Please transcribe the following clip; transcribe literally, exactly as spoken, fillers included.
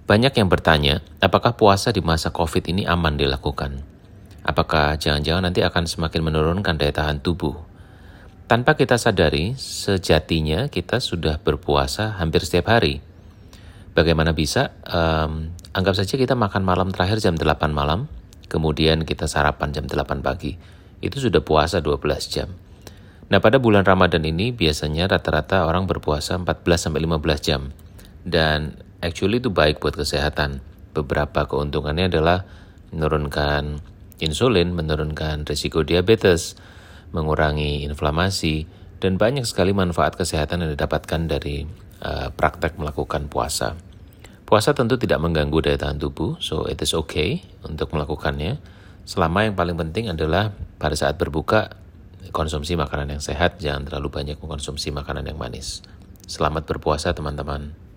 Banyak yang bertanya, apakah puasa di masa COVID ini aman dilakukan? Apakah jangan-jangan nanti akan semakin menurunkan daya tahan tubuh? Tanpa kita sadari, sejatinya kita sudah berpuasa hampir setiap hari. Bagaimana bisa? Um, anggap saja kita makan malam terakhir jam delapan malam, kemudian kita sarapan jam delapan pagi. Itu sudah puasa dua belas jam. Nah, pada bulan Ramadan ini biasanya rata-rata orang berpuasa empat belas sampai lima belas jam. Dan actually itu baik buat kesehatan. Beberapa keuntungannya adalah menurunkan insulin, menurunkan risiko diabetes, mengurangi inflamasi, dan banyak sekali manfaat kesehatan yang didapatkan dari uh, praktek melakukan puasa. Puasa tentu tidak mengganggu daya tahan tubuh, so it is okay untuk melakukannya. Selama yang paling penting adalah pada saat berbuka, konsumsi makanan yang sehat, jangan terlalu banyak mengkonsumsi makanan yang manis. Selamat berpuasa teman-teman.